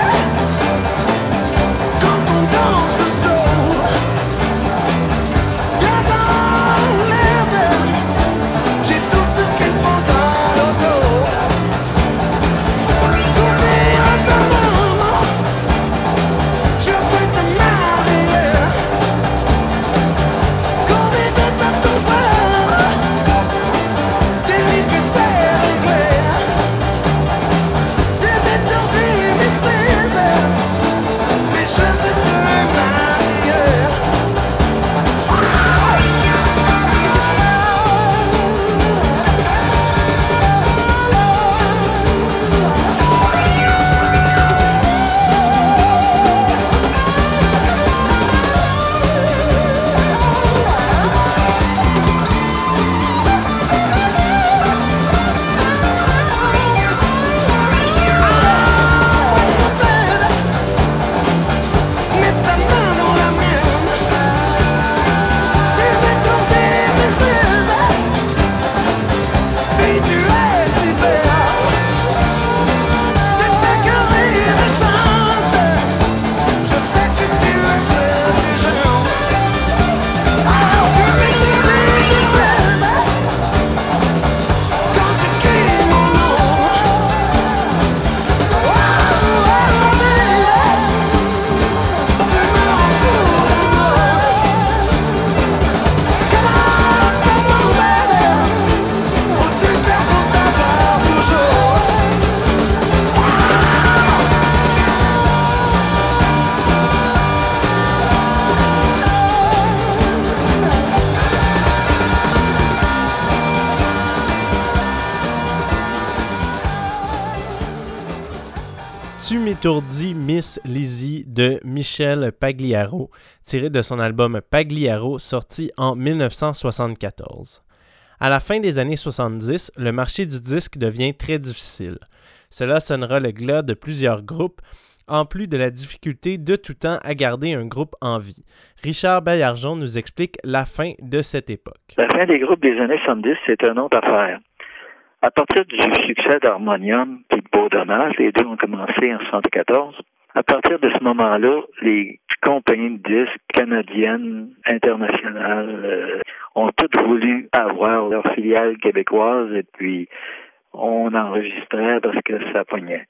Étourdi Miss Lizzie de Michel Pagliaro, tiré de son album Pagliaro, sorti en dix-neuf cent soixante-quatorze. À la fin des années soixante-dix, le marché du disque devient très difficile. Cela sonnera le glas de plusieurs groupes, en plus de la difficulté de tout temps à garder un groupe en vie. Richard Baillargeon nous explique la fin de cette époque. La fin des groupes des années soixante-dix, c'est une autre affaire. À partir du succès d'Harmonium et de Beau Dommage, les deux ont commencé en soixante-quatorze. À partir de ce moment-là, les compagnies de disques canadiennes, internationales, euh, ont toutes voulu avoir leur filiale québécoise et puis on enregistrait parce que ça pognait.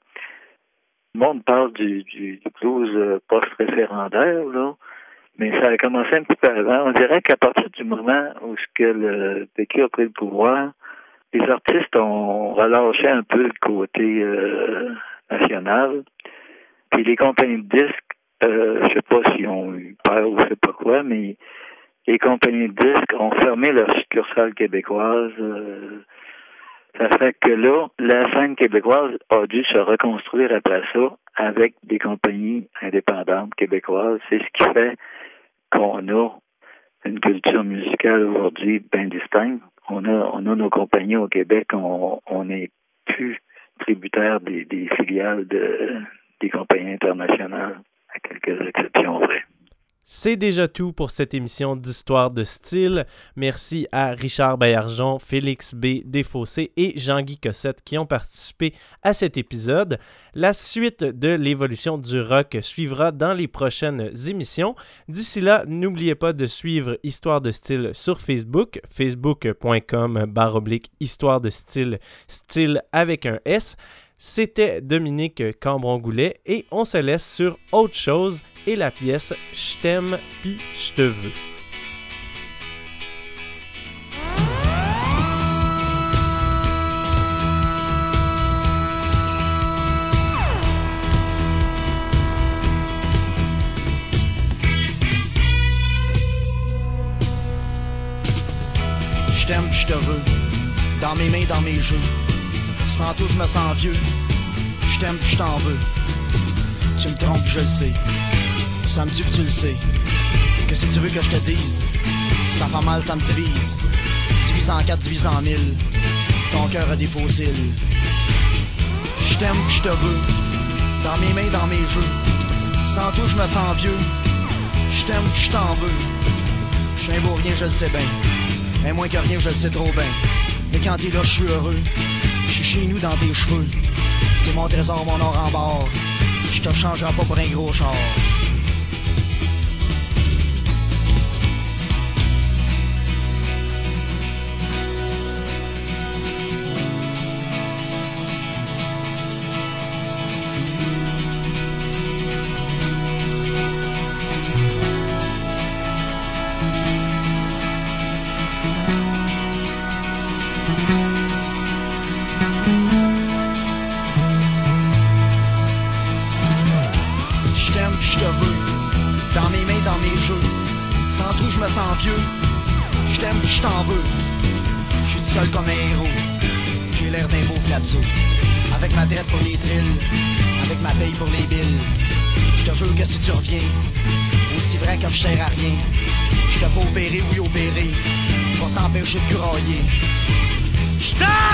Le monde parle du, du, du blues post-référendaire, là, mais ça a commencé un petit peu avant. On dirait qu'à partir du moment où ce que le P Q a pris le pouvoir, les artistes ont relâché un peu le côté euh, national. Puis les compagnies de disques, euh, je sais pas s'ils ont eu peur ou je sais pas quoi, mais les compagnies de disques ont fermé leur succursale québécoise. Euh, ça fait que là, la scène québécoise a dû se reconstruire après ça avec des compagnies indépendantes québécoises. C'est ce qui fait qu'on a une culture musicale aujourd'hui bien distincte. On a, on a nos compagnies au Québec, on, on n'est plus tributaire des, des filiales de, des compagnies internationales, à quelques exceptions vraies. C'est déjà tout pour cette émission d'Histoire de style. Merci à Richard Baillargeon, Félix B. Desfossés et Jean-Guy Cossette qui ont participé à cet épisode. La suite de l'évolution du rock suivra dans les prochaines émissions. D'ici là, n'oubliez pas de suivre Histoire de style sur Facebook, facebook.com barre oblique Histoire de style, style avec un S. C'était Dominique Cambron-Goulet et on se laisse sur autre chose et la pièce « J't'aime pis j'te veux ». J't'aime pis j'te veux, dans mes mains, dans mes jeux. Sans tout, je me sens vieux. Je t'aime, je t'en veux. Tu me trompes, je le sais. Ça me tue, tu le sais. Qu'est-ce que tu veux que je te dise? Ça fait mal, ça me divise. Divise en quatre, divise en mille. Ton cœur a des fossiles. Je t'aime, je te veux. Dans mes mains, dans mes jeux. Sans tout, je me sens vieux. Je t'aime, je t'en veux. Je suis un beau rien, je le sais bien. Mais moins que rien, je le sais trop bien. Mais quand t'es là, je suis heureux. Je suis chez nous dans tes cheveux. T'es mon trésor, mon or en bord. Je te changerai pas pour un gros char. Je t'aime, je t'en veux. Je suis seul comme un héros. J'ai l'air d'un beau flatso. Avec ma traite pour les trilles, avec ma paye pour les billes. Je te jure que si tu reviens, aussi vrai que je sers à rien, je te peux opérer, oui opérer, pour t'empêcher de curailler. Je t'aime!